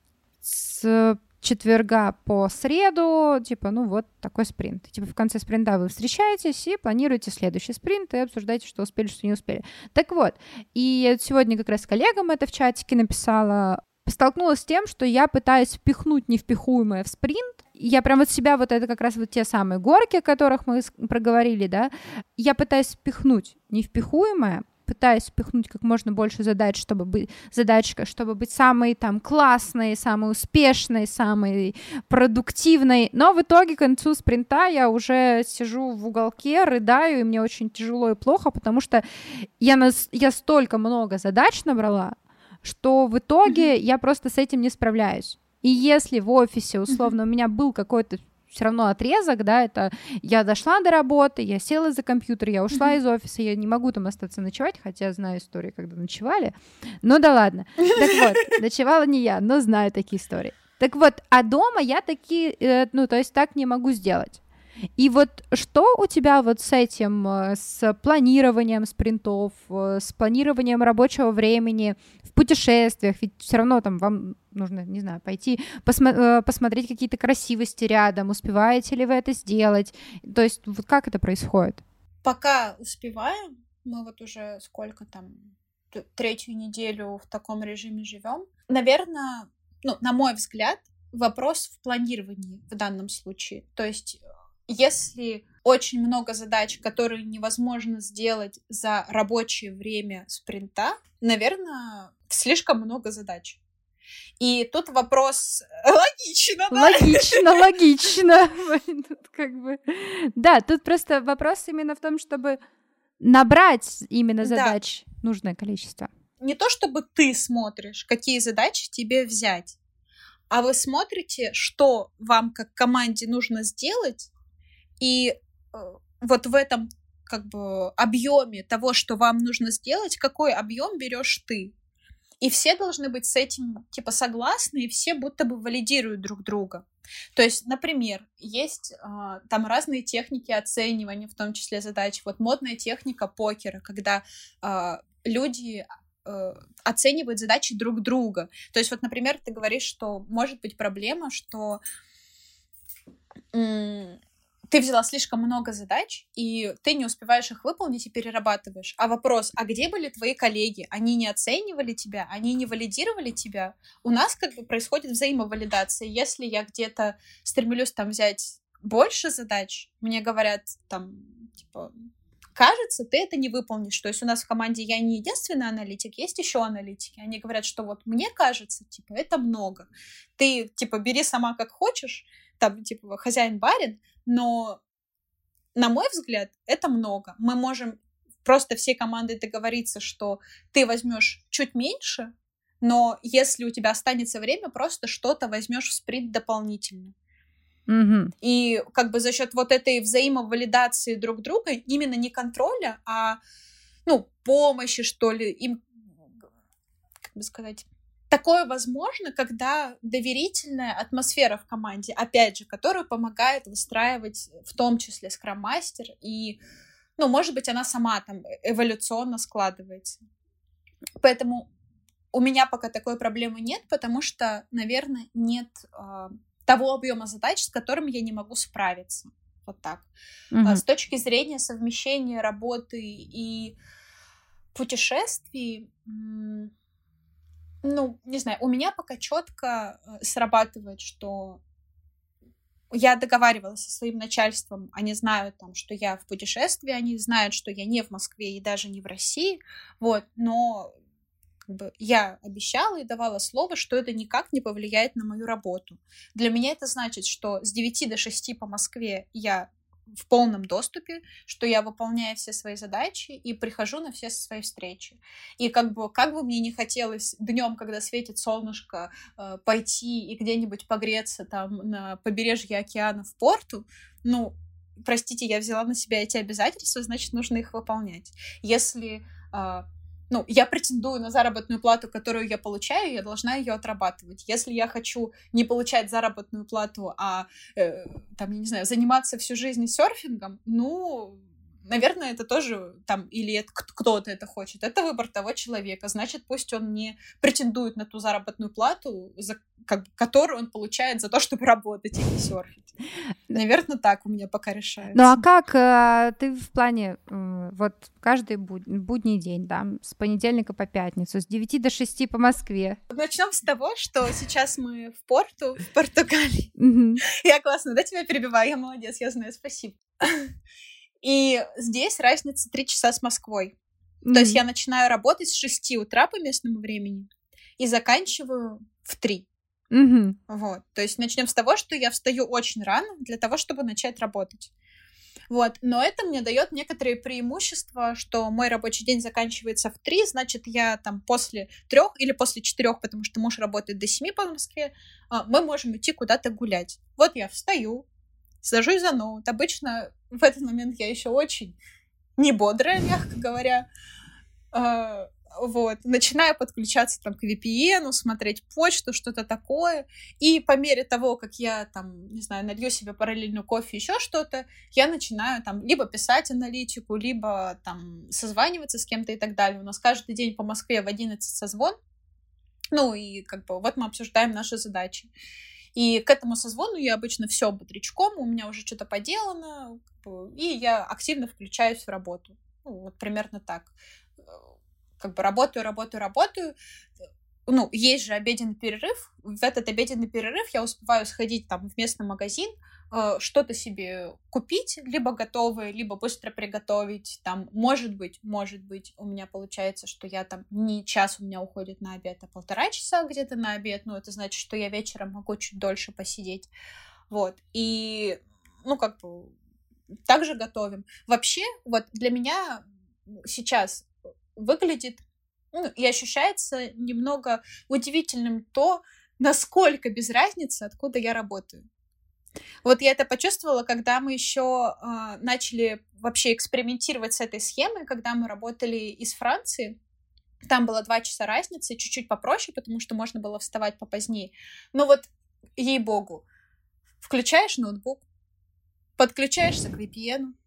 с четверга по среду, типа, ну, вот такой спринт. Типа в конце спринта вы встречаетесь и планируете следующий спринт и обсуждаете, что успели, что не успели. Так вот, и сегодня как раз коллегам это в чатике написала, столкнулась с тем, что я пытаюсь впихнуть невпихуемое в спринт. Я прям вот себя, вот это как раз вот те самые горки, о которых мы проговорили, да, я пытаюсь впихнуть невпихуемое, пытаюсь впихнуть как можно больше задач, чтобы быть задачка, чтобы быть самой там классной, самой успешной, самой продуктивной. Но в итоге к концу спринта я уже сижу в уголке, рыдаю, и мне очень тяжело и плохо, потому что я, нас, я столько много задач набрала, что в итоге mm-hmm. я просто с этим не справляюсь. И если в офисе, условно, mm-hmm. у меня был какой-то все равно отрезок, да, это я дошла до работы, я села за компьютер, я ушла mm-hmm. из офиса, я не могу там остаться ночевать, хотя знаю истории, когда ночевали, ну да ладно. Так вот, ночевала не я, но знаю такие истории. Так вот, а дома я такие, э, ну, то есть так не могу сделать. И вот что у тебя вот с этим, с планированием спринтов, с планированием рабочего времени в путешествиях, ведь все равно там вам нужно, не знаю, пойти посмо- посмотреть какие-то красивости рядом, успеваете ли вы это сделать, то есть вот как это происходит? Пока успеваем, мы вот уже сколько там, третью неделю в таком режиме живем, наверное, ну, на мой взгляд, вопрос в планировании в данном случае, то есть если очень много задач, которые невозможно сделать за рабочее время спринта, наверное, слишком много задач. И тут вопрос логично, да? Логично, логично. Как бы. Да, тут просто вопрос именно в том, чтобы набрать именно задач да. нужное количество. Не то, чтобы ты смотришь, какие задачи тебе взять, а вы смотрите, что вам как команде нужно сделать, и э, вот в этом как бы объеме того, что вам нужно сделать, какой объем берешь ты. И все должны быть с этим типа согласны, и все будто бы валидируют друг друга. То есть, например, есть э, там разные техники оценивания, в том числе задач. Вот модная техника покера, когда э, люди э, оценивают задачи друг друга. То есть, вот, например, ты говоришь, что может быть проблема, что м- ты взяла слишком много задач, и ты не успеваешь их выполнить и перерабатываешь. А вопрос, а где были твои коллеги? Они не оценивали тебя? Они не валидировали тебя? У нас как бы происходит взаимовалидация. Если я где-то стремлюсь там взять больше задач, мне говорят там, типа, кажется, ты это не выполнишь. То есть у нас в команде я не единственный аналитик, есть еще аналитики. Они говорят, что вот мне кажется, типа, это много. Ты, типа, бери сама как хочешь, там, типа, хозяин-барин, но, на мой взгляд, это много. Мы можем просто всей командой договориться, что ты возьмешь чуть меньше, но если у тебя останется время, просто что-то возьмешь в спринт дополнительно. Mm-hmm. И как бы за счет вот этой взаимовалидации друг друга, именно не контроля, а, ну, помощи, что ли, им, как бы сказать... Такое возможно, когда доверительная атмосфера в команде, опять же, которая помогает выстраивать в том числе скрам-мастер, и, ну, может быть, она сама там эволюционно складывается. Поэтому у меня пока такой проблемы нет, потому что, наверное, нет э, того объема задач, с которым я не могу справиться. Вот так. Мгм. С точки зрения совмещения работы и путешествий, м, ну, не знаю, у меня пока четко срабатывает, что я договаривалась со своим начальством, они знают, там, что я в путешествии, они знают, что я не в Москве и даже не в России, вот, но как бы, я обещала и давала слово, что это никак не повлияет на мою работу. Для меня это значит, что с девяти до шести по Москве я в полном доступе, что я выполняю все свои задачи и прихожу на все свои встречи. И как бы, как бы мне не хотелось днем, когда светит солнышко, пойти и где-нибудь погреться там на побережье океана в порту, ну, простите, я взяла на себя эти обязательства, значит, нужно их выполнять. Если ну, я претендую на заработную плату, которую я получаю, я должна ее отрабатывать. Если я хочу не получать заработную плату, а, э, там, я не знаю, заниматься всю жизнь серфингом, ну, наверное, это тоже там, или это, кто-то это хочет, это выбор того человека. Значит, пусть он не претендует на ту заработную плату, за, как, которую он получает за то, чтобы работать, а не серфить. Наверное, так у меня пока решается. Ну а как э, ты в плане, э, вот каждый буд- будний день, да, с понедельника по пятницу, с девяти до шести по Москве? Начнем с того, что сейчас мы в Порту, в Португалии. Мгм. Я классно, да, тебя перебиваю? Я молодец, я знаю, спасибо. И здесь разница три часа с Москвой. То есть Мгм. я начинаю работать с шести утра по местному времени и заканчиваю в три. Мгм. Вот. То есть начнем с того, что я встаю очень рано для того, чтобы начать работать. Вот. Но это мне дает некоторые преимущества, что мой рабочий день заканчивается в три, значит, я там после трех или после четырех, потому что муж работает до семи по Москве, а, мы можем идти куда-то гулять. Вот я встаю, сажусь за ноут. Обычно в этот момент я еще очень не бодрая, мягко говоря. А, вот. Начинаю подключаться там к ви пи эн, смотреть почту, что-то такое. И по мере того, как я там, не знаю, налью себе параллельную кофе, еще что-то, я начинаю там либо писать аналитику, либо там созваниваться с кем-то и так далее. У нас каждый день по Москве в одиннадцать созвон. Ну и как бы вот мы обсуждаем наши задачи. И к этому созвону я обычно все бодрячком, у меня уже что-то поделано, и я активно включаюсь в работу. Ну, вот примерно так. Как бы работаю, работаю, работаю. Ну, есть же обеденный перерыв. В этот обеденный перерыв я успеваю сходить там в местный магазин, э, что-то себе купить, либо готовое, либо быстро приготовить. Там, может быть, может быть, у меня получается, что я там не час у меня уходит на обед, а полтора часа где-то на обед. Ну, это значит, что я вечером могу чуть дольше посидеть. Вот. И, ну, как бы, также готовим. Вообще, вот для меня сейчас выглядит, ну, и ощущается немного удивительным то, насколько без разницы, откуда я работаю. Вот я это почувствовала, когда мы еще э, начали вообще экспериментировать с этой схемой, когда мы работали из Франции. Там было два часа разницы, чуть-чуть попроще, потому что можно было вставать попозднее. Но вот, ей-богу, включаешь ноутбук, подключаешься к ви пи эн,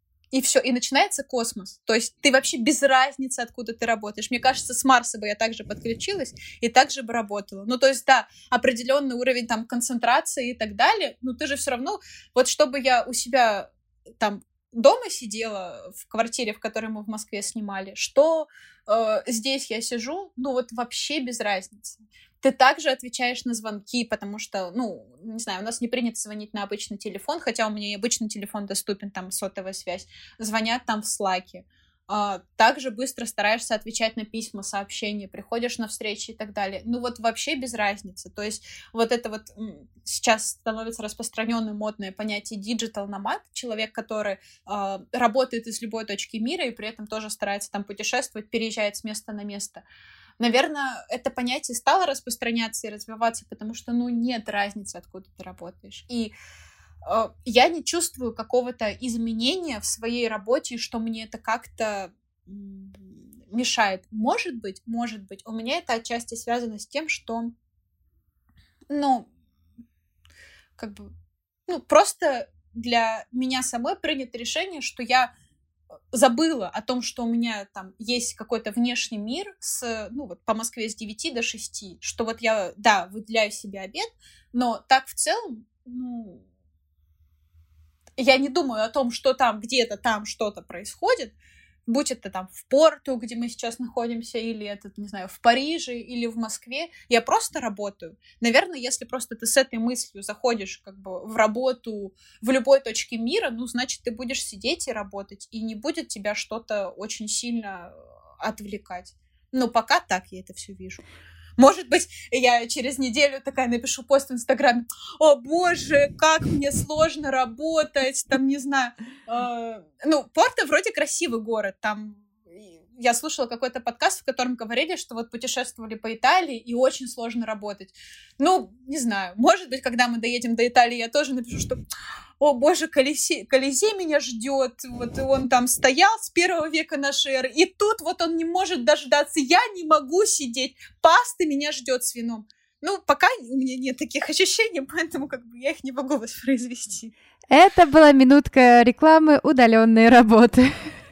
и все, и начинается космос. То есть ты вообще без разницы, откуда ты работаешь. Мне кажется, с Марса бы я также подключилась и также бы работала. Ну, то есть, да, определенный уровень там концентрации и так далее, но ты же все равно, вот чтобы я у себя там дома сидела в квартире, в которой мы в Москве снимали, что э, здесь я сижу, ну вот вообще без разницы. Ты также отвечаешь на звонки, потому что, ну, не знаю, у нас не принято звонить на обычный телефон, хотя у меня и обычный телефон доступен, там сотовая связь. Звонят там в Slack'е. А, также быстро стараешься отвечать на письма, сообщения, приходишь на встречи и так далее. Ну вот вообще без разницы. То есть вот это вот сейчас становится распространенным модное понятие digital nomad, человек, который а, работает из любой точки мира и при этом тоже старается там путешествовать, переезжает с места на место. Наверное, это понятие стало распространяться и развиваться, потому что, ну, нет разницы, откуда ты работаешь. И э, я не чувствую какого-то изменения в своей работе, что мне это как-то м- мешает. Может быть, может быть. У меня это отчасти связано с тем, что, ну, как бы, ну, просто для меня самой принято решение, что я забыла о том, что у меня там есть какой-то внешний мир с, ну вот по Москве с девяти до шести, что вот я, да, выделяю себе обед, Но так в целом, ну, я не думаю о том, что там где-то там что-то происходит, будь это там в Порту, где мы сейчас находимся, или это, не знаю, в Париже, или в Москве. Я просто работаю. Наверное, если просто ты с этой мыслью заходишь как бы в работу в любой точке мира, ну, значит, ты будешь сидеть и работать, и не будет тебя что-то очень сильно отвлекать. Но пока так я это все вижу. Может быть, я через неделю такая напишу пост в Инстаграме: «О, боже, как мне сложно работать», там, не знаю. Э, ну, Порто вроде красивый город, там... Я слушала какой-то подкаст, в котором говорили, что вот путешествовали по Италии, и очень сложно работать. Ну, не знаю, может быть, когда мы доедем до Италии, я тоже напишу, что «О, боже, Колизей, Колизей меня ждет, вот он там стоял с первого века нашей эры, и тут вот он не может дождаться, я не могу сидеть, паста меня ждет с вином». Ну, пока у меня нет таких ощущений, поэтому как бы я их не могу воспроизвести. Это была минутка рекламы удаленной работы.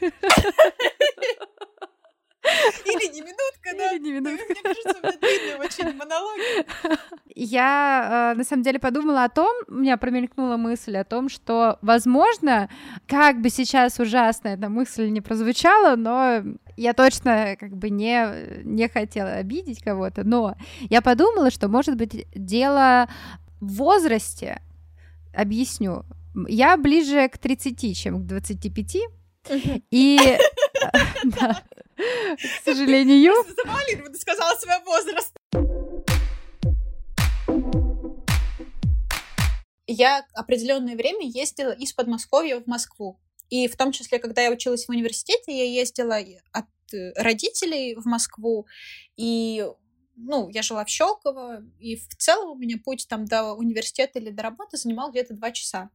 Или не минутка, да? Или не минутка. Мне кажется, у меня длинные очень монологи. Я, на самом деле, подумала о том, у меня промелькнула мысль о том, что, возможно, как бы сейчас ужасно эта мысль не прозвучала, но я точно как бы не, не хотела обидеть кого-то, но я подумала, что, может быть, дело в возрасте. Объясню. Я ближе к тридцати, чем к двадцати пяти, и... Да. К сожалению. Просто завуалированно ты сказала свой возраст. Я определенное время ездила из Подмосковья в Москву. И в том числе, когда я училась в университете, я ездила от родителей в Москву. И, ну, я жила в Щелково. И в целом у меня путь там до университета или до работы занимал где-то два часа.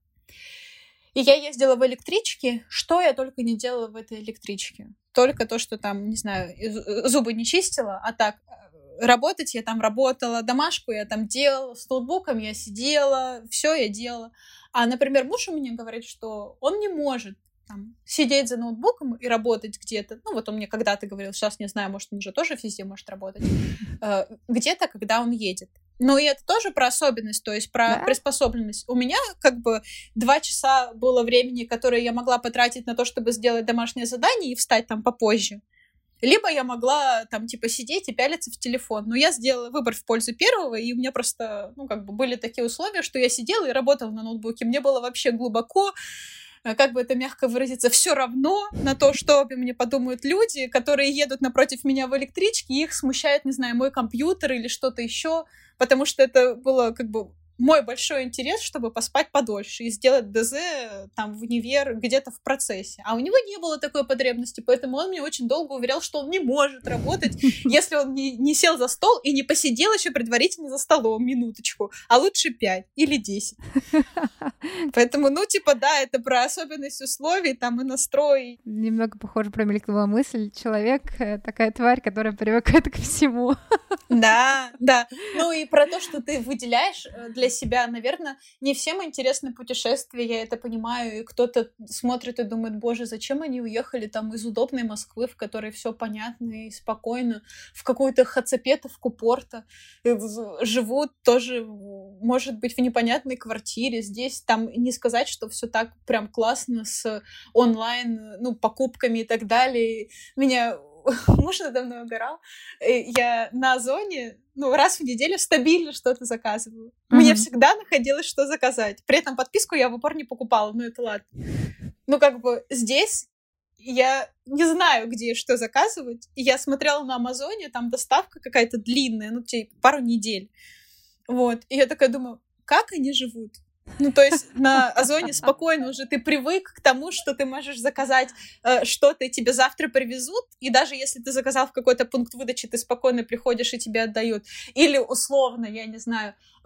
И я ездила в электричке. Что я только не делала в этой электричке. Только то, что там, не знаю, зубы не чистила, а так работать я там работала, домашку я там делала, с ноутбуком я сидела, все я делала. А, например, муж у меня говорит, что он не может там сидеть за ноутбуком и работать где-то. Ну, вот он мне когда-то говорил, сейчас не знаю, может, он уже тоже везде может работать. Где-то, когда он едет. Ну, и это тоже про особенность, то есть про да? приспособленность. У меня как бы два часа было времени, которое я могла потратить на то, чтобы сделать домашнее задание и встать там попозже. Либо я могла там типа сидеть и пялиться в телефон. Но я сделала выбор в пользу первого, и у меня просто, ну, как бы были такие условия, что я сидела и работала на ноутбуке. Мне было вообще глубоко, как бы это мягко выразиться, все равно на то, что обо мне подумают люди, которые едут напротив меня в электричке, и их смущает, не знаю, мой компьютер или что-то еще, потому что это было как бы мой большой интерес, чтобы поспать подольше и сделать ДЗ там в универ где-то в процессе. А у него не было такой потребности, поэтому он мне очень долго уверял, что он не может работать, если он не, не сел за стол и не посидел еще предварительно за столом минуточку, а лучше пять или десять. Поэтому, ну, типа, да, это про особенность условий там и настрой. Немного похоже промелькнула мысль. Человек — такая тварь, которая привыкает ко всему. Да, да. Ну и про то, что ты выделяешь для себя, наверное, не всем интересны путешествия, я это понимаю, и кто-то смотрит и думает, боже, зачем они уехали там из удобной Москвы, в которой все понятно и спокойно, в какую-то Хацапетовку Порто, живут тоже, может быть, в непонятной квартире, здесь там не сказать, что все так прям классно с онлайн, ну, покупками и так далее. Меня муж надо мной угорал. Я на Озоне, ну, раз в неделю стабильно что-то заказываю. Mm-hmm. Мне всегда находилось, что заказать. При этом подписку я в упор не покупала, ну, это ладно. Ну, как бы здесь я не знаю, где и что заказывать. И я смотрела на Амазоне, там доставка какая-то длинная, ну, типа, пару недель. Вот. И я такая думаю, как они живут? Ну, то есть на Озоне спокойно уже ты привык к тому, что ты можешь заказать э, что-то, и тебе завтра привезут, и даже если ты заказал в какой-то пункт выдачи, ты спокойно приходишь, и тебе отдают. Или условно, я не знаю, э,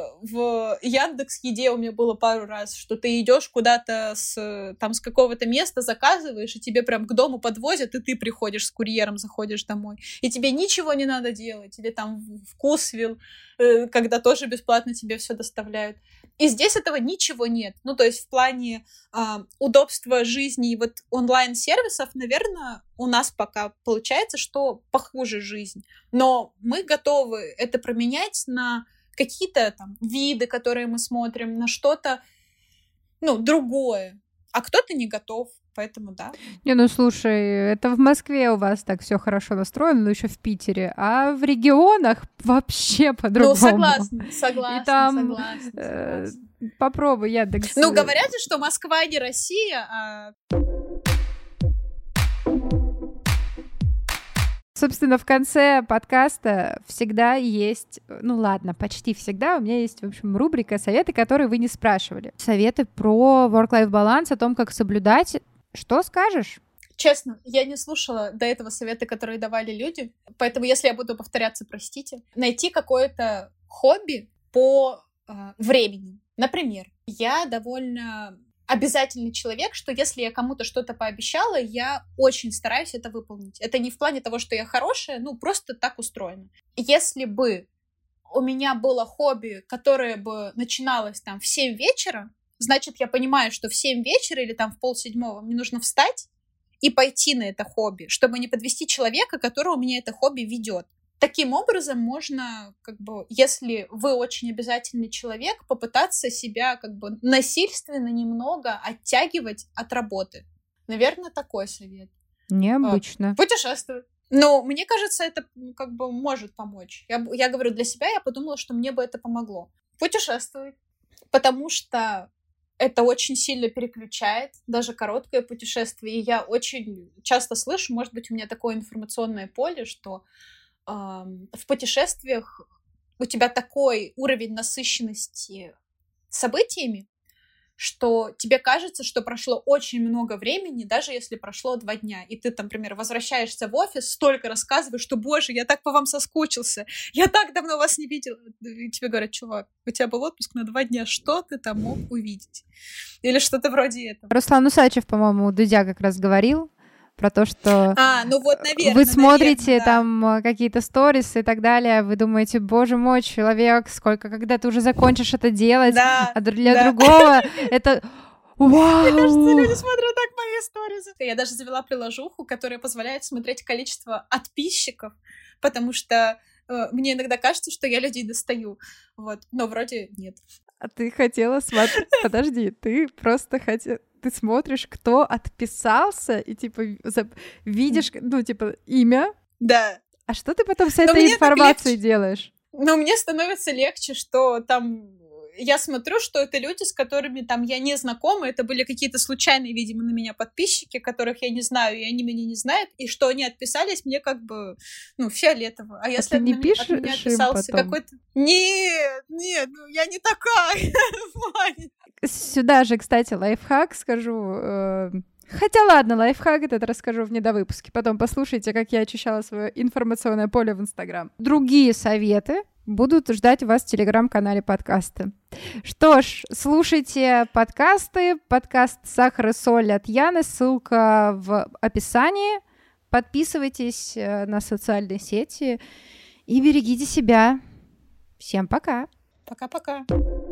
в Яндекс.Еде у меня было пару раз, что ты идешь куда-то с, там, с какого-то места, заказываешь, и тебе прям к дому подвозят, и ты приходишь с курьером, заходишь домой. И тебе ничего не надо делать. Или там в Вкусвилл, э, когда тоже бесплатно тебе все доставляют. И здесь этого ничего нет. Ну, то есть в плане э, удобства жизни и вот онлайн-сервисов, наверное, у нас пока получается, что похуже жизнь. Но мы готовы это променять на какие-то там виды, которые мы смотрим, на что-то, ну, другое. А кто-то не готов, поэтому да. Не, ну слушай, это в Москве у вас так все хорошо настроено, но еще в Питере, а в регионах вообще по-другому. Ну, согласна, согласна, И там, согласна, э, согласна. Попробуй, Яндекс. Ну, говорят же, что Москва не Россия, а... Собственно, в конце подкаста всегда есть, ну ладно, почти всегда у меня есть, в общем, рубрика «Советы, которые вы не спрашивали». Советы про work-life balance, о том, как соблюдать. Что скажешь? Честно, я не слушала до этого советы, которые давали люди, поэтому если я буду повторяться, простите. Найти какое-то хобби по э, времени. Например, я довольно... обязательный человек, что если я кому-то что-то пообещала, я очень стараюсь это выполнить. Это не в плане того, что я хорошая, ну, просто так устроено. Если бы у меня было хобби, которое бы начиналось там в семь вечера, значит, я понимаю, что в семь вечера или там в полседьмого мне нужно встать и пойти на это хобби, чтобы не подвести человека, которого меня это хобби ведет. Таким образом, можно, как бы, если вы очень обязательный человек, попытаться себя как бы насильственно немного оттягивать от работы. Наверное, такой совет. Необычно. Путешествовать. Но мне кажется, это как бы может помочь. Я, я говорю для себя, я подумала, что мне бы это помогло. Путешествовать. Потому что это очень сильно переключает, даже короткое путешествие. И я очень часто слышу, может быть, у меня такое информационное поле, что в путешествиях у тебя такой уровень насыщенности событиями, что тебе кажется, что прошло очень много времени, даже если прошло два дня. И ты, например, возвращаешься в офис, столько рассказываешь, что, боже, я так по вам соскучился, я так давно вас не видел. И тебе говорят, чувак, у тебя был отпуск на два дня, что ты там мог увидеть? Или что-то вроде этого. Руслан Усачев, по-моему, у Дудя как раз говорил про то, что а, ну вот, наверное, вы смотрите наверное, да. там какие-то сторисы и так далее, вы думаете, боже мой, человек, сколько, когда ты уже закончишь это делать, да, а для да. другого это... Вау! Мне кажется, люди смотрят так мои сторисы. Я даже завела приложуху, которая позволяет смотреть количество подписчиков, потому что э, мне иногда кажется, что я людей достаю, вот, но вроде нет. А ты хотела смотреть... Подожди, ты просто хотела... Ты смотришь, кто отписался, и, типа, за... видишь, ну, типа, имя. Да. А что ты потом с этой информацией делаешь? Ну, мне становится легче, что там... Я смотрю, что это люди, с которыми там я не знакома, это были какие-то случайные, видимо, на меня подписчики, которых я не знаю, и они меня не знают, и что они отписались, мне как бы, ну, фиолетово. А если а ты не от, пишешь от меня отписался какой-то... Нет, нет, ну, я не такая. Сюда же, кстати, лайфхак скажу. Хотя ладно, лайфхак этот расскажу в недовыпуске. Потом послушайте, как я очищала свое информационное поле в Инстаграм. Другие советы будут ждать вас в телеграм-канале подкаста. Что ж, слушайте подкасты. Подкаст «Сахар и соль» от Яны. Ссылка в описании. Подписывайтесь на социальные сети и берегите себя. Всем пока. Пока-пока.